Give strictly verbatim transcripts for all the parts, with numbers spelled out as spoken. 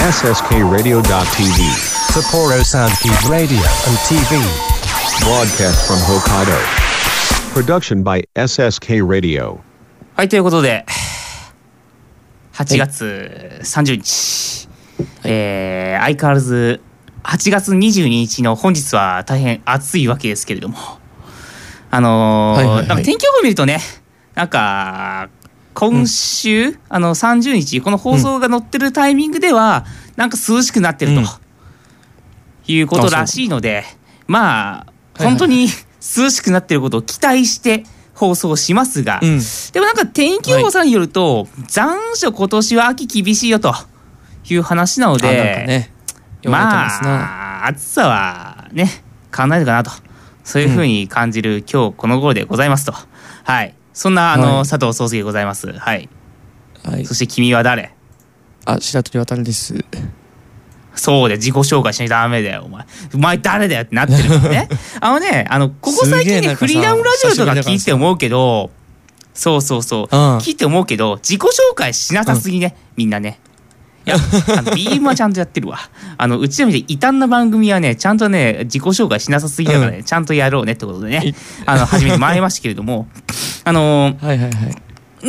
エスエスケー ラディオ ドット ティーブイ Sapporo Soundkeep Radio and ティーブイ Broadcast from Hokkaido Production by エスエスケー Radio。 はい、ということではちがつさんじゅうにち、はい、えー、相変わらずはちがつにじゅうににちの本日は大変暑いわけですけれども、あのーはいはいはい、なんか天気予報を見るとね、なんか今週、うん、あのさんじゅうにちこの放送が載ってるタイミングでは、うん、なんか涼しくなってると、うん、いうことらしいので、まあ本当に涼しくなってることを期待して放送しますが、うん、でもなんか天気予報さんによると、はい、残暑今年は秋厳しいよという話なので、あ、なんかね、まあ暑さはね変わんないのかなと、そういうふうに感じる、うん、今日この頃でございますと。はい、そんなあの、はい、佐藤壮介でございます。はい、はい、そして君は誰？ あ、白鳥渡です。 そうだよ、自己紹介しないとダメだよお前。お前誰だよってなってるからね。あのね、あのここ最近ねフリーダムラジオとか聞いて思うけど、そうそうそう、うん、聞いて思うけど自己紹介しなさすぎね、うん、みんなね。いや、あの ビーエム はちゃんとやってるわ。あのうちのみで異端な番組はねちゃんとね自己紹介しなさすぎだからね、うん、ちゃんとやろうねってことでね、あの始めてまいりましたけれども、あのー、はいはいはい、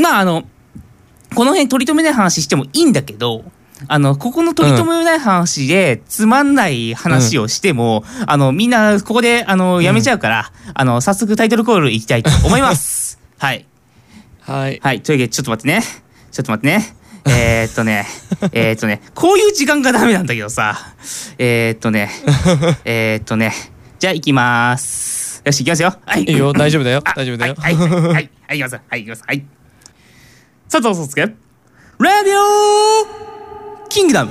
まああのこの辺取り留めない話してもいいんだけど、あのここの取り留めない話でつまんない話をしても、うん、あのみんなここであのやめちゃうから、うん、あの早速タイトルコールいきたいと思います。はいはいはい、というわけでちょっと待ってねちょっと待ってねえーっとねえーっとねこういう時間がダメなんだけどさ、えーっとねえーっとねじゃあ行きまーす。よし行きますよ。はい、いいよ、大丈夫だよ大丈夫だよ。 はいはいはいはいはい行きますはい行きますはい。佐藤壮介ラディオキングダム。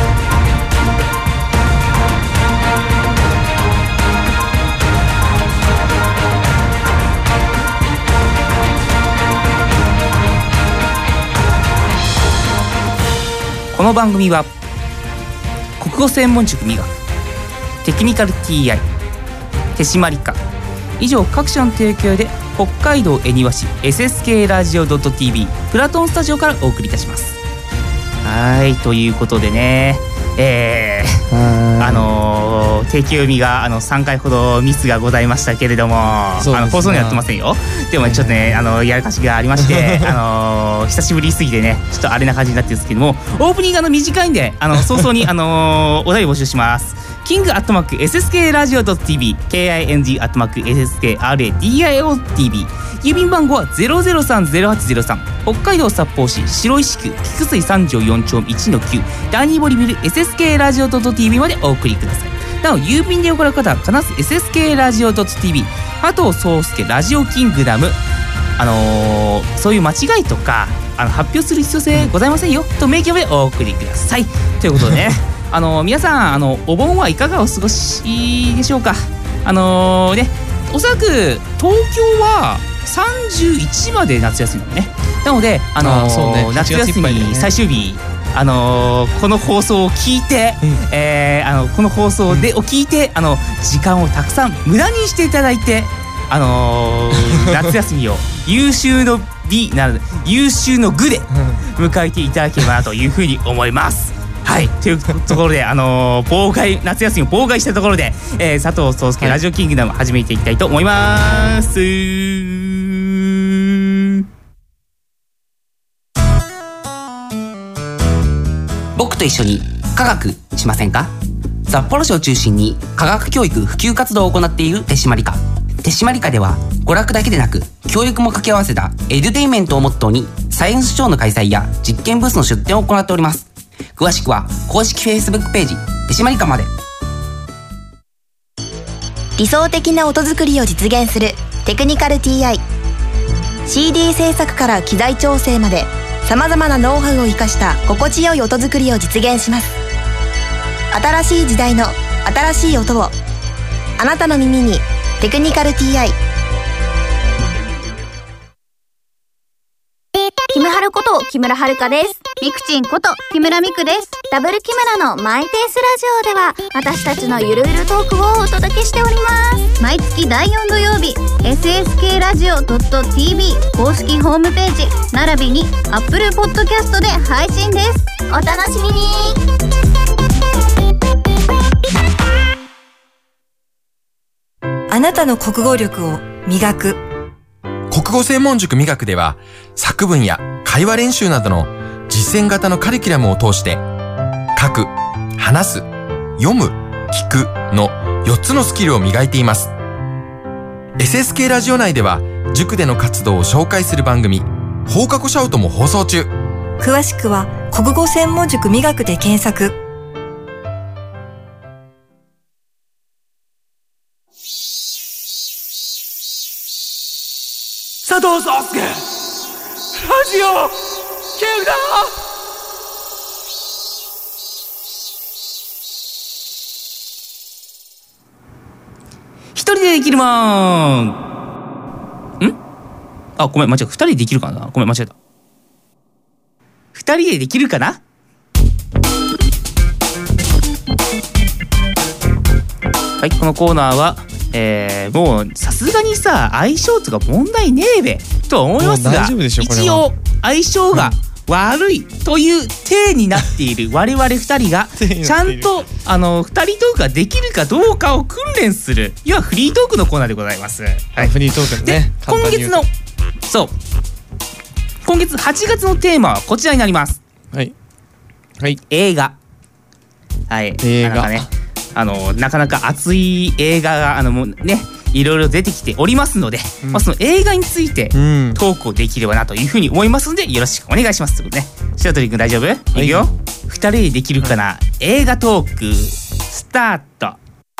この番組は国語専門塾磨く、テクニカル ティーアイ、手締まり課以上各社の提供で北海道恵庭市 エスエスケー ラジオ ドット ティーブイ プラトンスタジオからお送りいたします。はい、ということでね、えー、あのー、定期読みがあのさんかいほどミスがございましたけれども、ね、あの放送にはやってませんよ。でもちょっとね、あのやらかしがありましてあのー、久しぶりすぎてねちょっとあれな感じになってるんですけども、オープニングあの短いんであの早々にあのー、お題募集します。キングアットマーク エスエスケー ラジオ ドット ティーブイ キング アットマーク エスエスケー ラディオ ティーブイ 郵便番号は ゼロゼロさん ゼロはちゼロさん、北海道札幌市白石区菊水三条よん丁目 いちのきゅう 第二森ビル エスエスケー ラジオ ドット ティーブイ までお送りください。なお郵便で行う方は必ず エスエスケー ラジオ ドット ティーブイ 加藤壮介ラジオキングダム、あのー、そういう間違いとかあの発表する必要性ございませんよと明記でお送りください。ということでねあのー、皆さんあのお盆はいかがお過ごしでしょうか。あのー、ねおそらく東京はさんじゅういちまで夏休みね。なので、あのーね、夏休み最終日、あのー、この放送を聞いて、うんえー、あのこの放送でを聞いてあの時間をたくさん無駄にしていただいて、あのー、夏休みを優秀の美なる優秀の具で迎えていただければなというふうに思います。はい、というところで、あのー、妨害夏休みを妨害したところで、えー、佐藤壮介、はい、ラジオキングダム始めていきたいと思います。僕と一緒に科学しませんか。札幌市を中心に科学教育普及活動を行っている手締まり課。手締まり課では娯楽だけでなく教育も掛け合わせたエデュテインメントをモットーにサイエンスショーの開催や実験ブースの出展を行っております。詳しくは公式 Facebook ページ手締まり課まで。 理想的な音作りを実現するテクニカル ティーアイ、 シーディー 制作から機材調整までさまざまなノウハウを生かした心地よい音作りを実現します。新しい時代の新しい音をあなたの耳に。テクニカル ティーアイ。 キムハルこと木村遥です。ミクチンこと木村ミクです。ダブル木村のマイペースラジオでは私たちのゆるゆるトークをお届けしております。毎月だいよん土曜日 エスエスケー ラジオ ドット ティーブイ 公式ホームページ並びに Apple Podcast で配信です。お楽しみに。 たの国語力を磨く。 国語専門塾磨くでは、作文や会話練習などの実践型のカリキュラムを通して、書く、話す、読む、聞くのよっつのスキルを磨いています。エスエスケー ラジオ内では、塾での活動を紹介する番組、放課後シャウトも放送中。 詳しくは国語専門塾磨くで検索。 佐藤壮介、ラジオ聞くな。 一人でできるもん。んあ、ごめん、間違えた。二人でできるかな。ごめん、間違えた。二人でできるかな。はい、このコーナーは、えー、もうさすがにさ、相性とか問題ねえべとは思いますが、一応相性が悪いという体になっている我々二人がちゃんとあの二人トークができるかどうかを訓練する、いわゆるフリートークのコーナーでございます。はい、 フリートークね。 で、今月のそう今月はちがつのテーマはこちらになります。 はいはい。 映画。はい。 映画。 なんかね、あのなかなか熱い映画があのもうね、いろいろ出てきておりますので、うん、まあ、その映画についてトークをできればなというふうに思いますので、よろしくお願いしますということね。白鳥くん大丈夫？はい、いくよ。ふたりでできるかな、はい、映画トークスタート。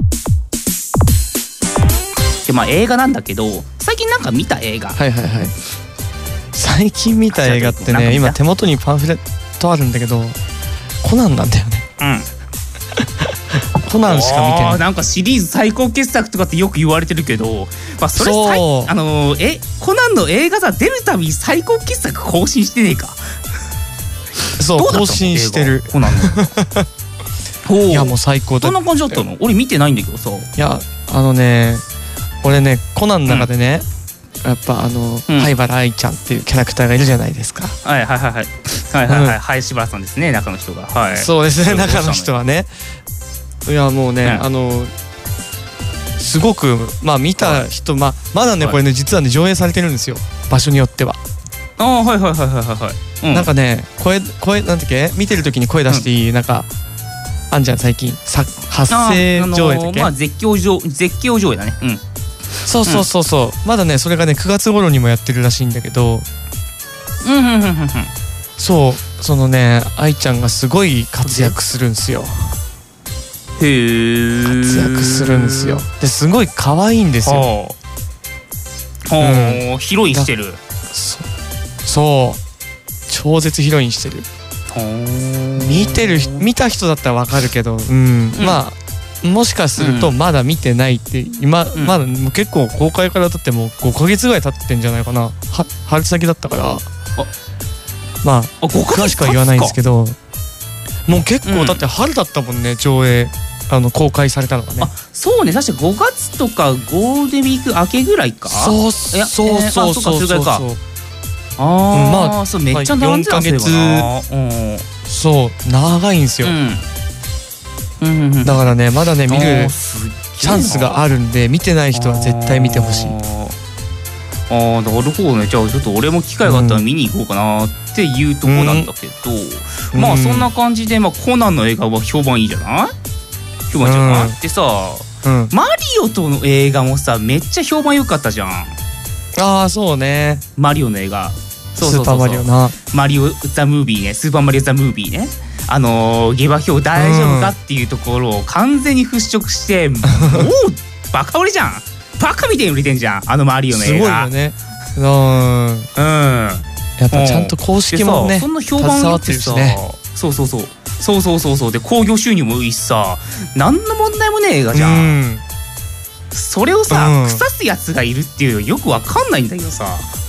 で、まあ映画なんだけど、最近なんか見た映画。 はいはいはい。最近見た映画ってね、今手元にパンフレットあるんだけど、コナンなんだよね。うん。コナンしか見てない。 なんかシリーズ最高傑作とかってよく言われてるけど、まあそれさいあのー、えコナンの映画さ出るたび最高傑作更新してねえか。 そう更新してる。 コナンの。 いやもう最高だ。 どんな感じだったの？俺見てないんだけどさ。 いやあのね、俺ねコナンの中でね、うん、やっぱあの、うん、灰原哀ちゃんっていうキャラクターがいるじゃないですか。 はいはいはいはいはいはいはい、林原さんですね、中の人が。はい。 そうですね、中の人はね。いやもうね、うん、あのすごくまあ見た人、まあまだね、はい、これね実はね上映されてるんですよ、場所によっては。 ああはいはいはいはいはい、 うん、なんかね声声なんてっけ見てる時に声出していい、うん、なんかあんじゃん最近さ発声上映だっけ、あのー、 まあ絶叫上絶叫上映だね。うん。 そうそうそうそう、うん、まだねそれがねくがつ頃にもやってるらしいんだけど、 うんうんうんうんうん、 そうそのね愛ちゃんがすごい活躍するんですよ。 へー、 活躍するんですよ。ですごい可愛いんですよ。 はあ、うん、ヒロインしてる。 そ, そう超絶ヒロインしてる。見てる見た人だったらわかるけど、うん、うん、まあもしかするとまだ見てないって今、うん、まだもう結構公開からだってもうごかげつぐらい経ってんじゃないかな。は春先だったから、あまあ詳しくは言わないんですけど、もう結構だって春だったもんね、上映あの公開されたのがね。 あ、そうね、確かごがつとかゴールデンウィーク明けぐらいか。 そうそうそうそうそうそう。 ああ、まあそうめっちゃ長いんだけどな。 そう長いんですよ。だからねまだね見るチャンスがあるんで、見てない人は絶対見てほしい。 ああ、なるほどね。じゃあちょっと俺も機会があったら見に行こうかなっていうとこなんだけど、うん、まあそんな感じで、まあコナンの映画は評判いいじゃない？評判じゃない？うん、でさ、うん、マリオとの映画もさめっちゃ評判良かったじゃん。 ああそうね。 マリオの映画。 そうそうそうそう、スーパーマリオな。 マリオザムービーね、スーパーマリオザムービーね。あのー、下馬評大丈夫かっていうところを完全に払拭して、うん、もうバカ売れじゃん。バカみたいに売れてんじゃん、あのマリオの映画。すごいよね。うん、うん、 やっぱちゃんと公式もねそんな評判携わってるしね。 そうそうそうそうそうそうそうで興行収入もいいしさ、何の問題もねえ映画じゃん、うん、それをさ、うん、腐すやつがいるっていうのよくわかんないんだけどさ。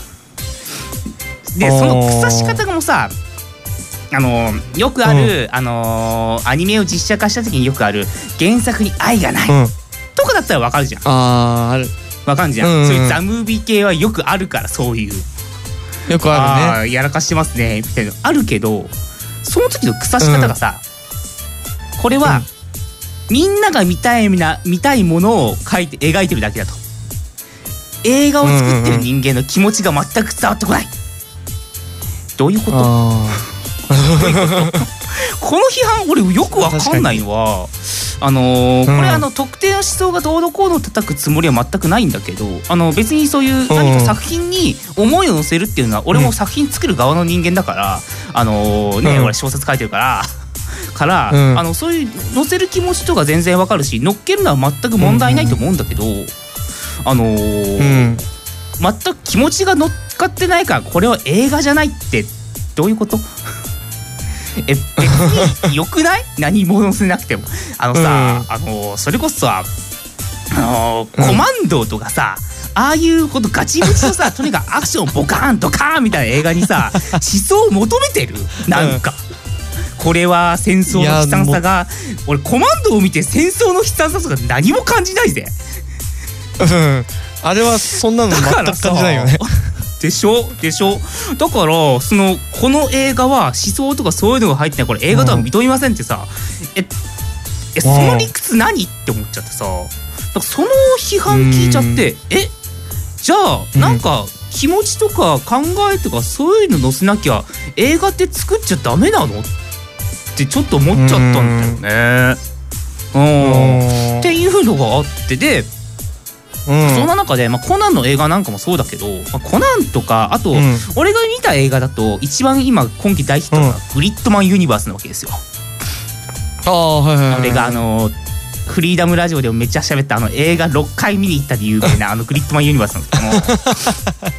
でその腐し方もさ、あのよくある、うん、あのアニメを実写化した時によくある原作に愛がない、うん、とかだったらわかるじゃん。 あーあるわかんじゃん、うんうん、そういうザムービー系はよくあるから、そういうよくあるね、 あやらかしてますねみたいなのあるけど、その時の腐し方がさ、うん、これは、うん、みんなが見たいな見たいものを描いて描いてるだけだと。 映画を作ってる人間の気持ちが全く伝わってこない。どういうこと？どういうことこの批判俺よくわかんないのはあのー、これ、うん、あの特定の思想がどうのこうの叩くつもりは全くないんだけど、あの別にそういう何か作品に思いを乗せるっていうのは、俺も作品作る側の人間だから、あのー、ね、うん、俺小説書いてるからから、うん、あのそういう乗せる気持ちとか全然わかるし、乗っけるのは全く問題ないと思うんだけど、うん、あのーうん、全く気持ちが乗っかってないからこれは映画じゃないってどういうこと？え、別によくない？何も乗せなくても。あのさ、うん、あのそれこそさ、あのー、コマンドとかさ、ああいうほんとガチムチのさとにかくアクションボカーンドカーンみたいな映画にさ思想を求めてる？なんか、うん、これは戦争の悲惨さが、俺コマンドを見て戦争の悲惨さとか何も感じないぜ。 うん、あれはそんなの全く感じないよね。 でしょでしょだからそのこの映画は思想とかそういうのが入ってない、これ映画とは認めませんってさ、ええその理屈何って思っちゃってさ、だからその批判聞いちゃって、えじゃあなんか気持ちとか考えとかそういうの載せなきゃ映画って作っちゃダメなのってちょっと思っちゃったんだよね。うんっていうのがあってで、うん、そんな中で、まあ、コナンの映画なんかもそうだけど、まあ、コナンとかあと、うん、俺が見た映画だと一番今今季大ヒットなのが、うん、グリッドマンユニバースなわけですよ。 ああ、はいはいはい、 俺があのフリーダムラジオでもめっちゃ喋ったあの映画ろっかい見に行ったで有名なあのグリッドマンユニバースなんですけ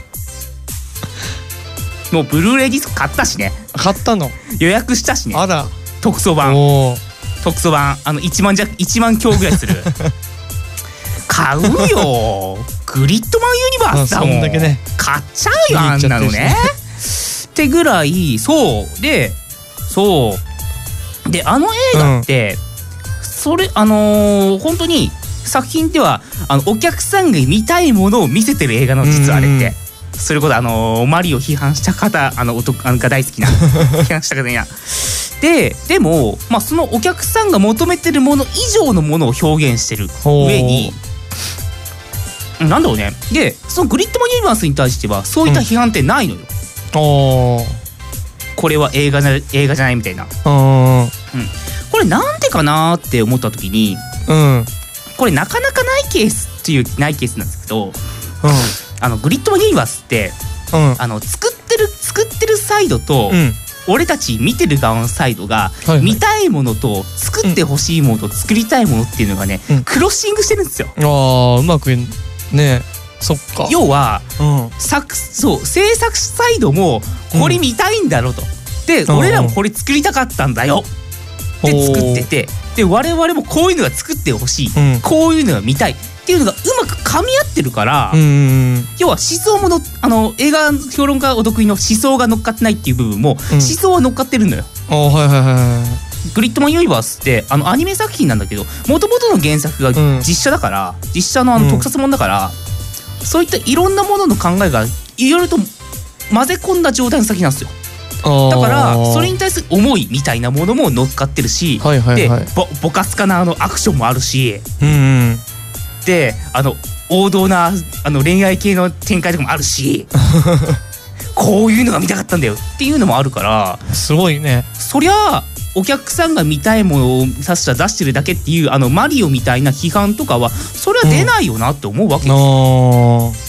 どももうブルーレイディスク買ったしね。 買ったの？ 予約したしね。 あら、 特装版特装版あのいちまん弱いちまん強ぐらいする買うよグリッドマンユニバースだもん、ね、買っちゃうよあんなのねってぐらい。そうでそうであの映画って、うん、それあのー、本当に作品ではあのお客さんが見たいものを見せてる映画の実はあれって、うん、それこそあのー、マリオ批判した方あのおとあのが大好きな批判した方にはででも、まあ、そのお客さんが求めてるもの以上のものを表現してる上になんだろうね。でそのグリッドマンユニバースに対してはそういった批判ってないのよ、うん、これは映画な映画じゃないみたいな、うん、これなんでかなって思った時に、うん、これなかなかないケースっていうないケースなんですけど、うん、あのグリッドマンユニバースって、うん、あの作ってる作ってるサイドと、うん、俺たち見てる側のサイドが、はいはい、見たいものと作ってほしいものと作りたいものっていうのがね、うん、クロッシングしてるんですよ。 ああ、うまくね、そっか。 要は、うん、作そう制作サイドもこれ見たいんだろうと、うん、で、うん、俺らもこれ作りたかったんだよって作ってて、で我々もこういうのが作ってほしい、うん、こういうのが見たいっていうのがうまく噛み合ってるから、うん、要は思想ものあの映画評論家お得意の思想が乗っかってないっていう部分も、うん、思想は乗っかってるのよ。 あ、はいはいはい。 グリッドマンユニバースってあのアニメ作品なんだけど、もともとの原作が実写だから、うん、実写のあの特撮もんだから、うん、そういったいろんなものの考えがいろいろと混ぜ込んだ状態の作品なんですよ。だからそれに対する思いみたいなものも乗っかってるし、はいはいはい、で ボ, ボカスカなあのアクションもあるし、うんうん、であの王道なあの恋愛系の展開とかもあるしこういうのが見たかったんだよっていうのもあるから、 すごいね。そりゃお客さんが見たいものをさし出してるだけっていうあのマリオみたいな批判とかはそれは出ないよなって思うわけですよ、うんうん、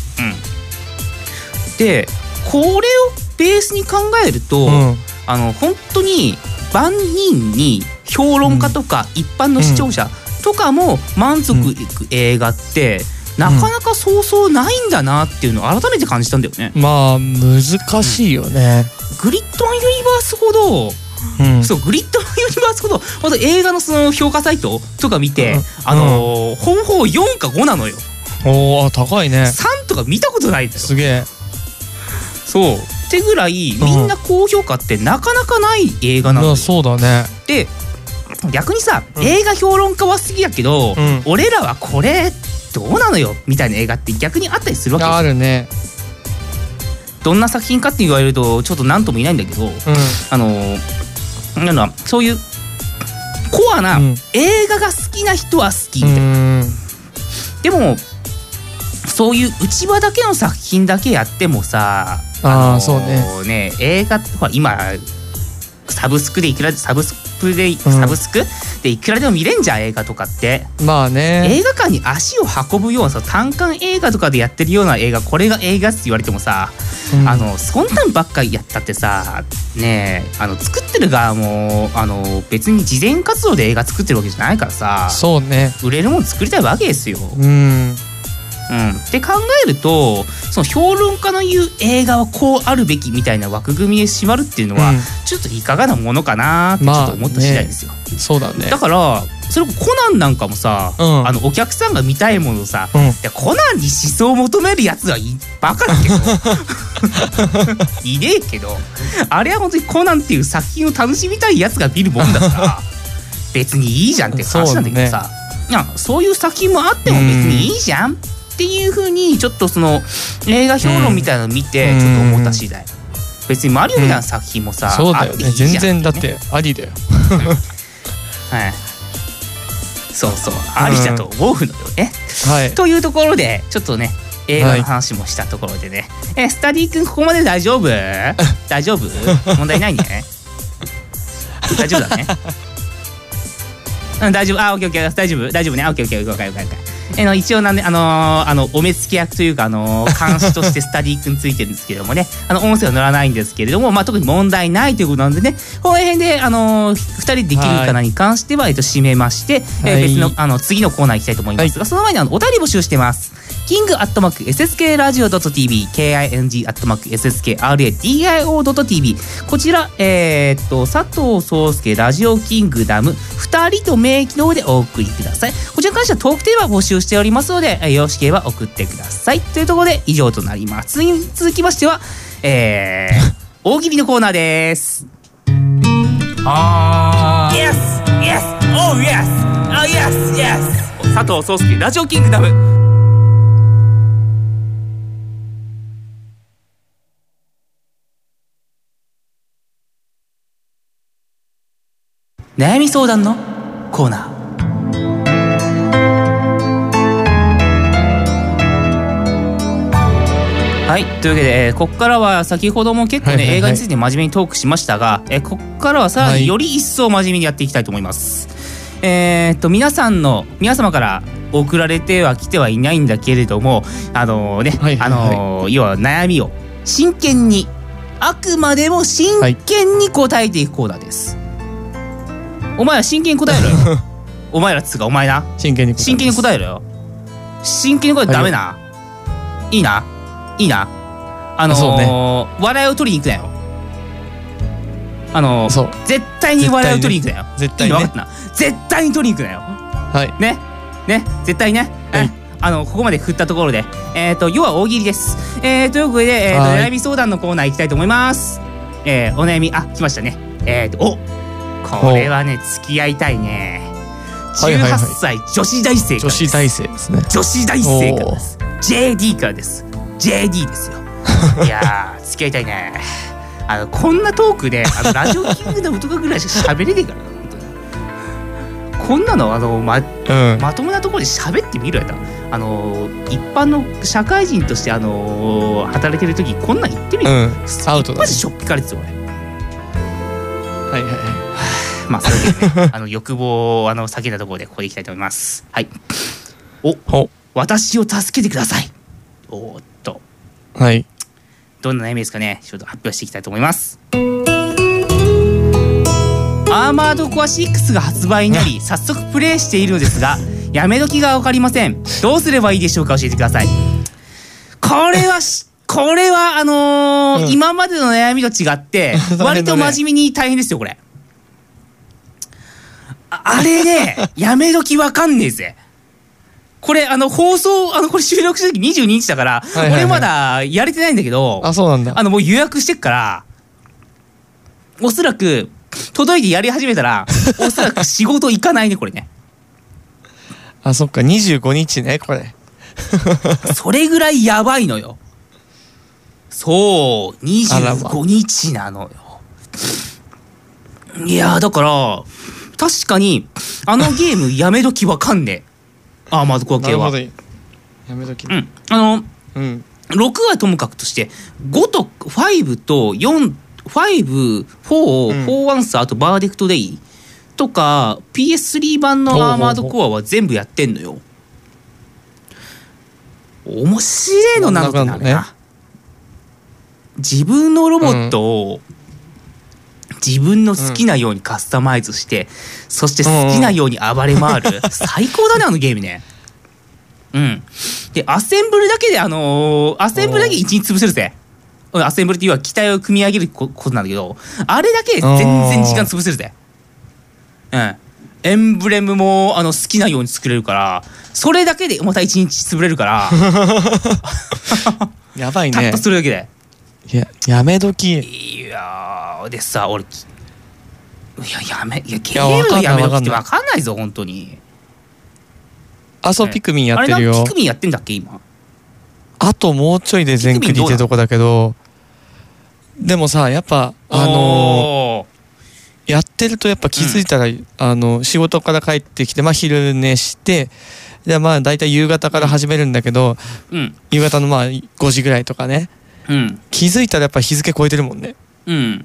でこれをベースに考えると、うん、あの本当に万人に評論家とか一般の視聴者とかも満足いく映画って、うん、なかなかそうそうないんだなっていうのを改めて感じたんだよね。 まあ難しいよね、 うん、グリッドマンユニバースほどうん、そうグリッドマンユニバースほど本当映画のその評価サイトとか見て、うん、あのーうん、ほぼほぼよんかごなのよ。 おー、高いね。 さんとか見たことないんだよ。 すげえ。 そうってぐらいみんな高評価ってなかなかない映画なのよ、 うん、そうだね。 で逆にさ、うん、映画評論家は好きだけど、うん、俺らはこれどうなのよみたいな映画って逆にあったりするわけですよ。 あるね。 どんな作品かって言われるとちょっと何とも言えないんだけど、うん、あのーなんだそういうコアな映画が好きな人は好きみたいな、うん、でもそういう内場だけの作品だけやってもさ、 ああのー、 そうねね、映画ってほら今サブスクでいくらサブスクで、うん、サブスクでいくらでも見れんじゃん映画とかって。 まあね、 映画館に足を運ぶようなさ単館映画とかでやってるような映画、これが映画って言われてもさ、うん、あのそんなんばっかりやったってさねえ、あの作ってる側もあの別に慈善活動で映画作ってるわけじゃないからさ、 そうね、 売れるもの作りたいわけですよ。 うんうん、って考えると、その評論家の言う映画はこうあるべきみたいな枠組みで縛るっていうのは、うん、ちょっといかがなものかなってちょっと思った次第ですよ、 まあね、そうだね。 だからそれコナンなんかもさ、うん、あのお客さんが見たいものをさ、うん、いやコナンに思想を求めるやつはいバカだけどいねえけど、あれは本当にコナンっていう作品を楽しみたいやつが見るもんだから別にいいじゃんって話なんだけどさ、そう、ね、いやそういう作品もあっても別にいいじゃんっていう風にちょっとその映画評論みたいなの見てちょっと思った次第。別にマリオみたいな作品もさ、 そうだよね、全然だってありだよはい、そうそう、ありだと思うのよね、 はい、 というところでちょっとね映画の話もしたところでね、はい、えスタディ君ここまで大丈夫大丈夫問題ないね大丈夫だねうん、大丈夫、あ、オッケーオッケー、大丈夫大丈夫ね、オッケーオッケー、オッケーオッケー、オッケー。えの一応なんで、あのー、あのお目付け役というか、あのー、監視としてスタディ君ついてるんですけどもねあの音声は乗らないんですけれども、まあ、特に問題ないということなんでね、この辺で、あのー、ふたりでできるかなに関しては、えっと、締めまして、えー、別のあの次のコーナー行きたいと思いますが、はい、その前にあのお便り募集してます。キングアットマーク エスエスケーラジオドットティービー キング アットマーク エスエスケーアールエーディーアイオードットティービー こちら、えー、っと佐藤壮介ラジオキングダムふたりと名義の上でお送りください。こちらに関してはトークテーマ募集しておりますので、よろしければ送ってくださいというところで以上となります。続きましては、えー、大喜利のコーナーです。あー Yes! Yes! Oh yes! Oh yes! Yes! 佐藤壮介ラジオキングダム。悩み相談のコーナー。はい、というわけで、えー、ここからは先ほども結構ね、はいはいはい、映画について真面目にトークしましたが、えー、ここからはさらにより一層真面目にやっていきたいと思います、はい、えー、っと皆さんの皆様から送られてはきてはいないんだけれども、あのー、ね、はいはいはい、あのー、要は悩みを真剣に、あくまでも真剣に答えていくコーナーです、はい、お前ら真剣に答えろよお前らっつうかお前な真剣に答え真剣に答えろよ。真剣に答えてダメな、はい、いいないいな、あのーね、笑いを取りに行くなよ。あのー、絶対に笑いを取りに行くなよ。 絶対に、ね、いいの分かったな。絶対に取りに行くなよ。 はいねね、絶対ね、はい、あのここまで振ったところで、えーと要は大喜利です。えー、ということで、えーと悩み相談のコーナー行きたいと思います。えー、お悩み、あ、来ましたね。えーとおこれはね、付き合いたいね。じゅうはっさい女子大生からです。 女子大生ですね。 女子大生からです。ジェーディー からです。ジェーディー ですよ。いやー、付き合いたいね。あのこんなトークで、あのラジオキングダムとかぐらいしか喋れねえからな、本当に。こんなのあの ま, うん、まともなところで喋ってみろやった。あの一般の社会人としてあの働いてる時こんなん言ってみる。うん、アウトだ、ね。マジしょっぴかれてた俺。 はいはいはい。 まあそれでね、あの欲望をあの避けたところでここでいきたいと思います。はい。お、私を助けてください。おーっと。 はい。 どんな悩みですかね。ちょっと発表していきたいと思います。アーマードコアシックスが発売になり早速プレイしているのですがやめ時が分かりません。どうすればいいでしょうか。教えてください。これはしこれはあのーうん、今までの悩みと違って割と真面目に大変ですよこれ。あ, あれねやめ時分かんねえぜ。これあの放送あのこれ収録した時にじゅうににちだから、はいはいはい、俺まだやれてないんだけど、 あ、そうなんだ。 あのもう予約してっからおそらく届いてやり始めたらおそらく仕事行かないねこれね。 あ、そっか、にじゅうごにちねこれ。 それぐらいやばいのよ。そうにじゅうごにちなのよ。いやだから確かにあのゲームやめ時わかんねえ。アーマードコア系はやめとき、 うんあの、 うん、 ろくはともかくとしてごとごとよん、ご、フォー、フォーワンス、あとバーディクトデイとか ピーエススリー 版のアーマードコアは全部やってんのよ。面白いのなのかな、ね、自分のロボットを自分の好きなようにカスタマイズして、うん、そして好きなように暴れ回る、うん、最高だねあのゲームね。うんでアセンブルだけであのー、アセンブルだけいちにち潰せるぜ。アセンブルっていうのは機体を組み上げることなんだけど、あれだけ全然時間潰せるぜ。うんエンブレムもあの好きなように作れるから、それだけでまたいちにち潰れるからやばいね。 たったそれだけでいややめどき。 いやでさ俺いややめいやゲームのやめどきって分かんないぞ本当に。 あそう、ね、ピクミンやってるよ。 あれピクミンやってんだっけ今。 あともうちょいで全クリってとこだけど、でもさやっぱあのーやってるとやっぱ気づいたら、うん、あの仕事から帰ってきて、まあ、昼寝してでまあ大体夕方から始めるんだけど、うん、夕方のまあごじぐらいとかね、うん、気づいたらやっぱ日付超えてるもんね。うん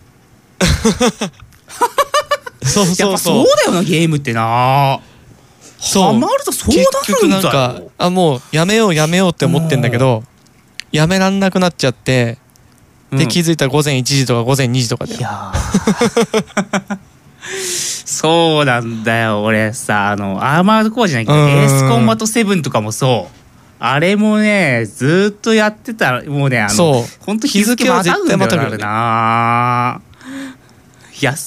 そうそうそうやっぱそうだよなゲームってな。 そうハマるとそうなるんだよ。結局なんかあもうやめようやめようって思ってんだけどやめらんなくなっちゃって、で気づいたら午前いちじとか午前にじとかで。いやそうなんだよ。俺さあのアーマードコアじゃないけどエースコンバットセブンとかもそうあれもねずっとやってたらもうねあのほんと日付またぐんだよね。ないや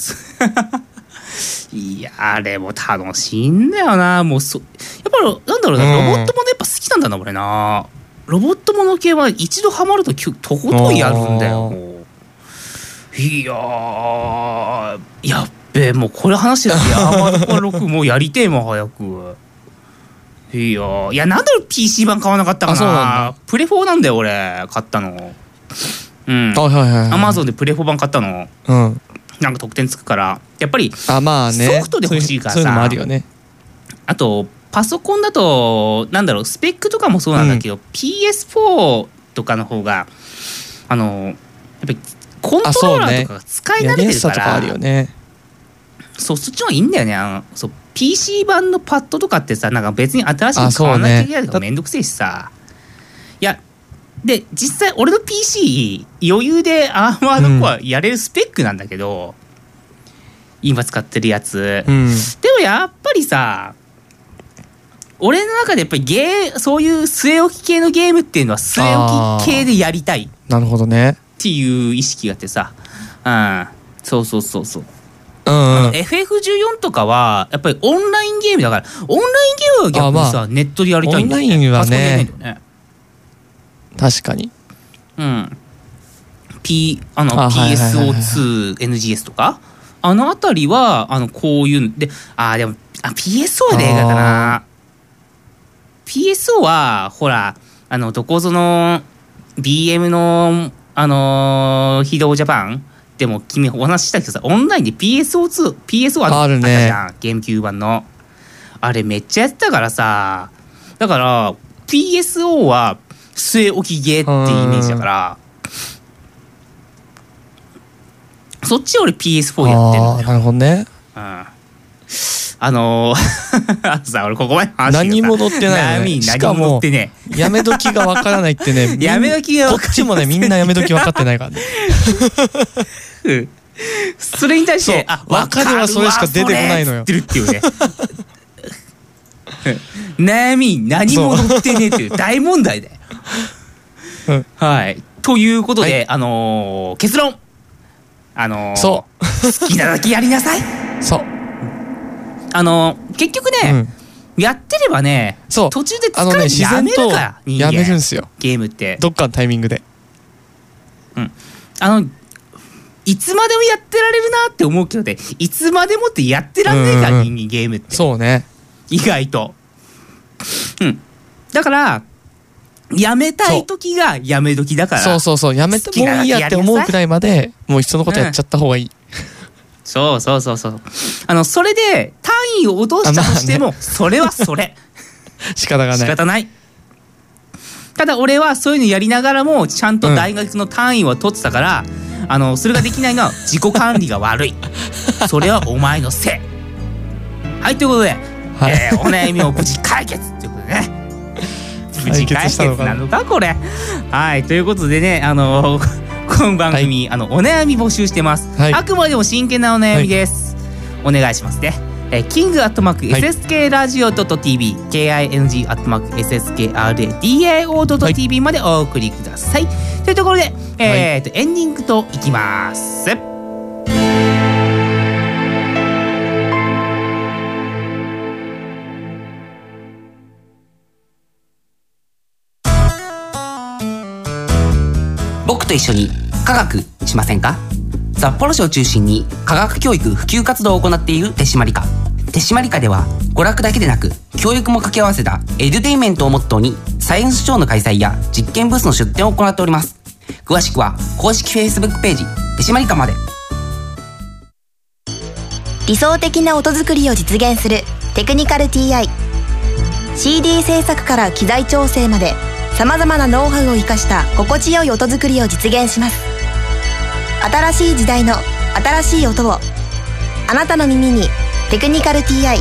いやあれも楽しいんだよな。もうそやっぱりなんだろうな、ロボットもねやっぱ好きなんだな俺な。ロボットもの系は一度ハマるととことんやるんだよ。いやーやっべもうこれ話してたけアーマードコアろくもうやりてえもん早く。いやいやなんで ピーシー 版買わなかったか な, なプレフォーなんだよ俺買ったの。うんアマゾンでプレフォー版買ったの、うん、なんか特典つくからやっぱりソフトで欲しいからさ。 そういうのもあるよね。 あとパソコンだとなんだろうスペックとかもそうなんだけど、うん、ピーエスフォー とかの方があのやっぱりコントローラーとかが使い慣れてるから、 あるよね。 そうそっちの方がいいんだよね。あのそう ピーシー 版のパッドとかってさなんか別に新しいの買わなきゃいけないとかめんどくせえしさ。いやで実際俺の ピーシー 余裕でアーマードコアやれるスペックなんだけど、うん、今使ってるやつ、うん、でもやっぱりさ俺の中でやっぱりゲーそういう据え置き系のゲームっていうのは据え置き系でやりたい。 なるほどね。 っていう意識があってさ、うん、そうそうそうそう。うんうん、エフエフじゅうよん とかはやっぱりオンラインゲームだからオンラインゲームは逆にさ、まあ、ネットでやりたいんだよね。 オンラインはね、ね確かに。 うん。P あの ピーエスオーツーエヌジーエス とかあのあたりはあのこういうであでもあ ピーエスオー で映画かな。ピーエスオー はほらあのどこぞの ビーエム のあのー、非道ジャパンでも君お話ししたけどさオンラインで ピーエスオーツー ピーエスオー あったじゃん、ね、ゲームキューブ版のあれめっちゃやってたからさ。だから ピーエスオー は据え置きゲーっていうイメージだからそっち俺 ピーエスフォー やってるんだよ。 あなるほどね。 うんあのー、あのさ俺ここまで話何も載ってないよね。しかもやめ時がわからないってねやめ時がこっちもねみんなやめ時分かってないからねうん、それに対してあ分かるわそれしか出てこないのよってるっていうね悩み何も載ってねえっていう大問題だよ、うん、はいということで、はい、あのー、結論あのー、そう好きなだけやりなさいそうあのー、結局ね、うん、やってればね途中で疲れてやめるから人間やめるんすよゲームってどっかのタイミングでうんあのいつまでもやってられるなって思うけどねいつまでもってやってらんねえから、うんうん、人間ゲームってそうね意外とうんだからやめたい時がやめ時だからそうそうそうやめてもういいやって思うくらいまでもう一緒のことやっちゃった方がいい、うん、 そうそうそうそうあのそれで単位を落としたとしても、まあね、それはそれ仕方がない仕方ないただ俺はそういうのやりながらもちゃんと大学の単位を取ってたから、うん、あのそれができないのは自己管理が悪いそれはお前のせい。はい、ということで、はい、えー、お悩みを無事解決ということでね無事解決なのかこれ。はい、ということでね、あのー、この番組、はい、あのお悩み募集してます、はい、あくまでも真剣なお悩みです、はい、お願いしますね。えー、キングアットマーク エスエスケーラジオドットティービー、ケーアイエヌジー アットマーク エスエスケーアールエーディーアイオー ドット ティービー までお送りください、はい、というところで、えーと、はい、エンディングといきます。僕と一緒に科学しませんか。札幌市を中心に科学教育普及活動を行っている手締まり課。手締まり課では娯楽だけでなく教育も掛け合わせたエデュテインメントをモットーにサイエンスショーの開催や実験ブースの出展を行っております。詳しくは公式 Facebook ページ手締まり課まで。 理想的な音作りを実現するテクニカル ティーアイ。 シーディー 制作から機材調整までさまざまなノウハウを生かした心地よい音作りを実現します。新しい時代の新しい音をあなたの耳に。テクニカル ティーアイ。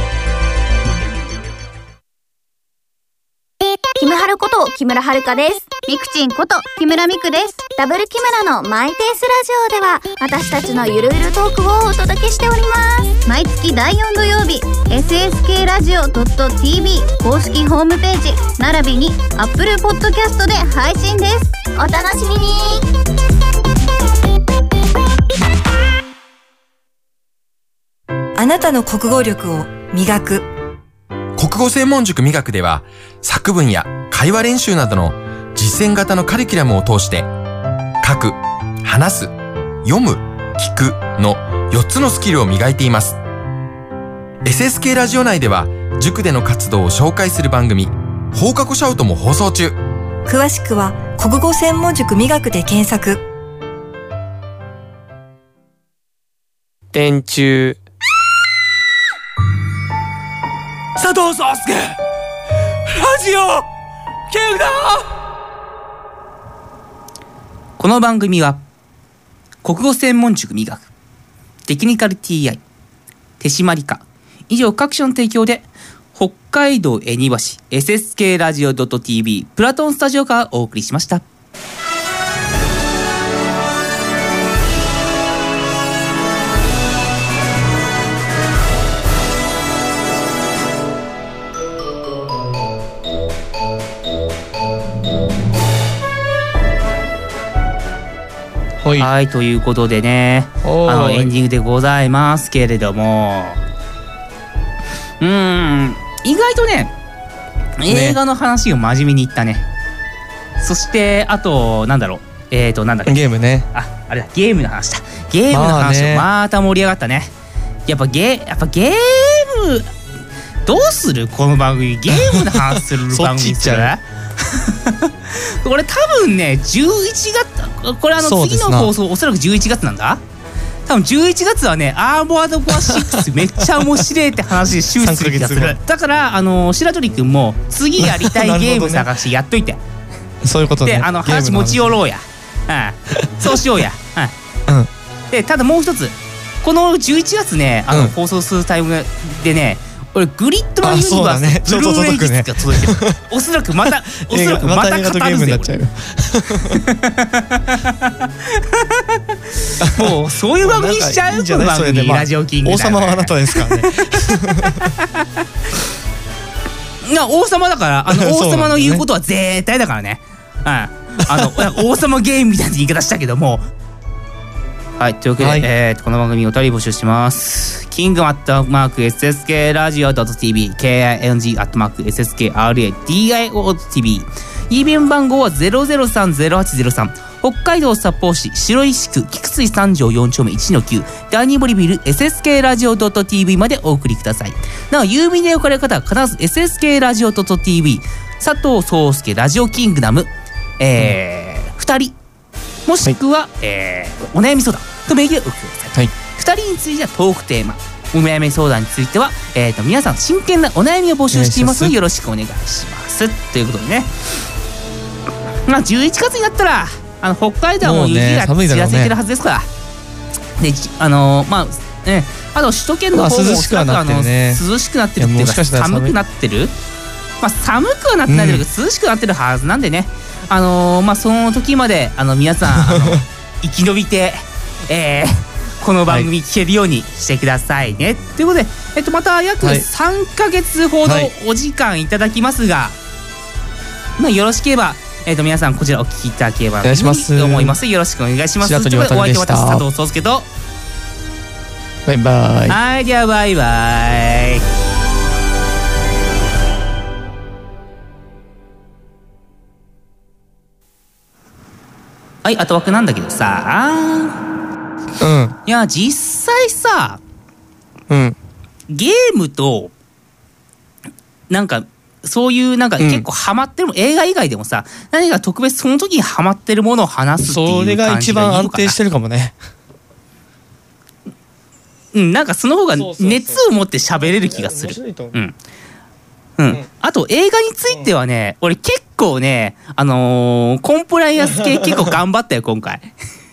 キムハルこと木村遥です。ミクチンこと木村ミクです。ダブル木村のマイペースラジオでは私たちのゆるゆるトークをお届けしております。毎月だいよん土曜日 エスエスケーラジオドットティービー 公式ホームページ並びに Apple Podcast で配信です。お楽しみに。 あなたの国語力を磨く。 国語専門塾磨くでは、作文や会話練習などの実践型のカリキュラムを通して、書く、話す、読む、聞くのよっつのスキルを磨いています。エスエスケー ラジオ内では、塾での活動を紹介する番組、放課後シャウトも放送中。 詳しくは、国語専門塾磨くで検索。 電柱。 佐藤壮介、ラジオケウだ。 この番組は国語専門塾磨く、テクニカル ティーアイ、手締まり課以上各種の提供で北海道恵庭市 エスエスケー ラジオ ドット ティービー プラトンスタジオからお送りしました。はい、はい、ということでね、あのエンディングでございますけれども、うーん、意外とね映画の話を真面目に言ったね。ね、そしてあとなんだろう、えーとなんだっけ、 ゲームね、 あ、あれだ、ゲームの話だ。ゲームの話、まあね、また盛り上がったね。やっぱゲやっぱゲームどうする、この番組ゲームの話する番組するこれ多分ねじゅういちがつ、これあの次の放送おそらくじゅういちがつなんだ。多分じゅういちがつはねアーモアドコアシックスめっちゃ面白いって話で終始する気がする。だからあの白鳥くんも次やりたいゲーム探してやっといてそういうことね。 であの話持ち寄ろうや、うん、そうしようや、うんうん、でただもう一つ、このじゅういちがつねあの、うん、放送するタイムでね、俺グリッドマンユニバースブルーレイディスクが届いてる。おそらくまたおそらくまた語るぜ俺。もうそういう番組しちゃう。この番組ラジオキング王様はあなたですからね。 な王様だからあの王様の言うことは絶対だからね。うん、あの王様ゲームみたいな言い方したけども。はい、というわけで、はい、えー、この番組お便り募集してます。キングアットマーク エスエスケー ラジオ ドット ティービー ケーアイエヌジー アットマーク エスエスケーアールエーディーアイオー ドット ティービー 郵便番号は ゼロゼロさんゼロはちゼロさん、北海道札幌市白石区菊水三条よん丁目 いちのきゅう 第二森ビル エスエスケー ラジオ ドット ティービー までお送りください。なお郵便でおかれる方は必ず エスエスケー ラジオ ドット ティービー 佐藤壮介ラジオキングダム、えー、ふたりもしくは、はい、えー、お悩み相談と名義でお送りください。はい、ふたりについてはトークテーマ、お悩み相談については、えー、と皆さん真剣なお悩みを募集していますのでよろしくお願いしますということでね、 まあじゅういちがつになったらあの北海道はもう雪がちらついてるはずですから、であのー、まあね、あと首都圏の方も涼しくはなってるね。 涼しくなってるっていうか寒くなってる、まあ寒くはなってないけど、うん、涼しくなってるはずなんでね、あのー、まあその時まであの皆さんあの生き延びて、えー、この番組聞けるようにしてくださいね、はい、ということで、えっと、また約さんかげつほどお時間いただきますが、はい、まあよろしければえー、と皆さんこちらお聞きいただければと思います。よろしくお願いします。 白鳥渡でした。 お相手は私佐藤壮介とバイバイ。 はい、ではバイバイ。はい、後枠なんだけどさ、 うん、 いや実際さ、 うん、 ゲームとなんかそういうなんか結構ハマってるも、うん、映画以外でもさ、何か特別その時にハマってるものを話すっていう感じがいいのかな。 それが一番安定してるかもね。 うん、なんかその方が熱を持って喋れる気がする。うんうん、あと映画についてはね、俺結構ね、あのー、コンプライアンス系結構頑張ったよ今回。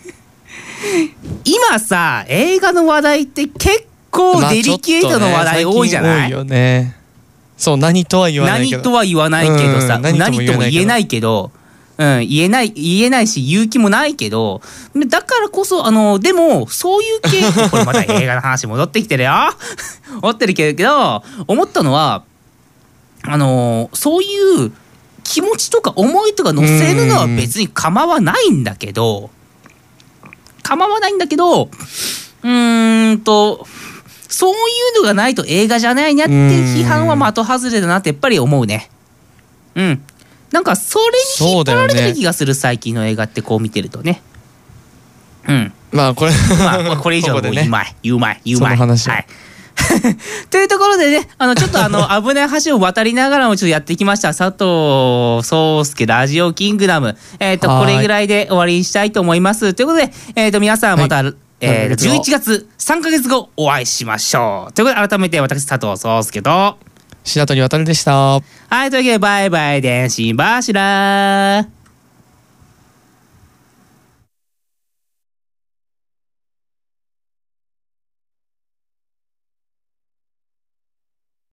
今さ映画の話題って結構デリケートの話題多いじゃない、 まあちょっとね、最近多いよね。そう、何とは言わないけど、 何とは言わないけどさ、うん、何とも言えないけど、うん、言えない言えないし言う気もないけど、だからこそあのでもそういう系これまた映画の話戻ってきてるよ戻ってるけど思ったのはあのそういう気持ちとか思いとか乗せるのは別に構わないんだけど構わないんだけどうーんとそういうのがないと映画じゃないなっていう批判は的外れだなってやっぱり思うね。うん。なんかそれに引っ張られてる気がする、ね、最近の映画ってこう見てるとね。うん。 まあこれまあこれ以上もう言うまい言うまい言うまい。 その話はい。というところでね、あのちょっとあの危ない橋を渡りながらもちょっとやってきました佐藤壮介ラジオキングダム。えっとこれぐらいで終わりにしたいと思います。ということで、えっと皆さんまた、はい、えー、じゅういちがつさんかげつごお会いしましょう。ということで改めて私佐藤壮介と白鳥渡でした。 はい、というわけでバイバイ電信柱。